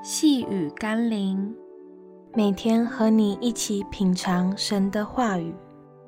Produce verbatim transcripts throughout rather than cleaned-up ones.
细雨甘霖，每天和你一起品尝神的话语。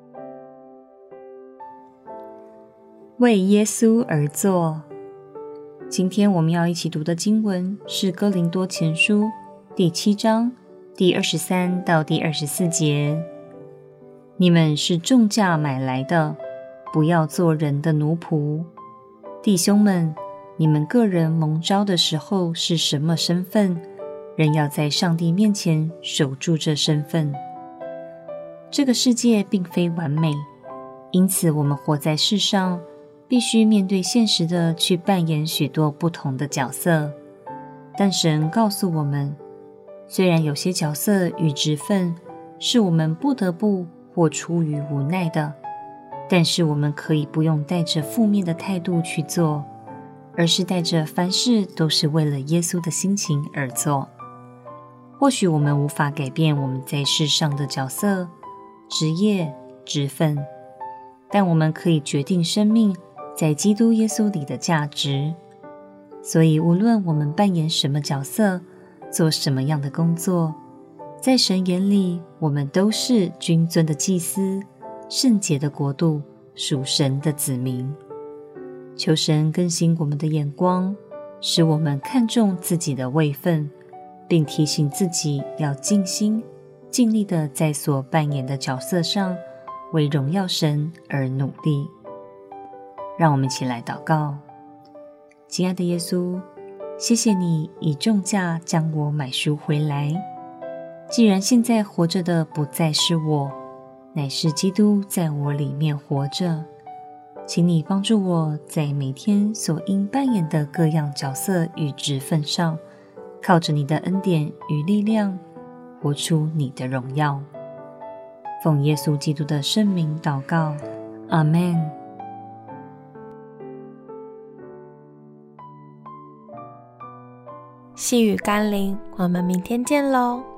为耶稣而做。今天我们要一起读的经文是哥林多前书第七章第二十三到第二十四节。你们是重价买来的，不要做人的奴仆。弟兄们，你们个人蒙召的时候是什么身份，人要在上帝面前守住这身份。这个世界并非完美，因此我们活在世上，必须面对现实的去扮演许多不同的角色。但神告诉我们，虽然有些角色与职分是我们不得不或出于无奈的，但是我们可以不用带着负面的态度去做，而是带着凡事都是为了耶稣的心情而做。或许我们无法改变我们在世上的角色、职业、职分，但我们可以决定生命在基督耶稣里的价值。所以无论我们扮演什么角色，做什么样的工作，在神眼里，我们都是君尊的祭司，圣洁的国度，属神的子民。求神更新我们的眼光，使我们看重自己的位分，并提醒自己要尽心尽力地在所扮演的角色上为荣耀神而努力。让我们一起来祷告。亲爱的耶稣，谢谢你以重价将我买赎回来。既然现在活着的不再是我，乃是基督在我里面活着，请你帮助我在每天所应扮演的各样角色与职分上，靠着你的恩典与力量，活出你的荣耀。奉耶稣基督的圣名祷告，阿们。 细雨甘霖，我们明天见喽。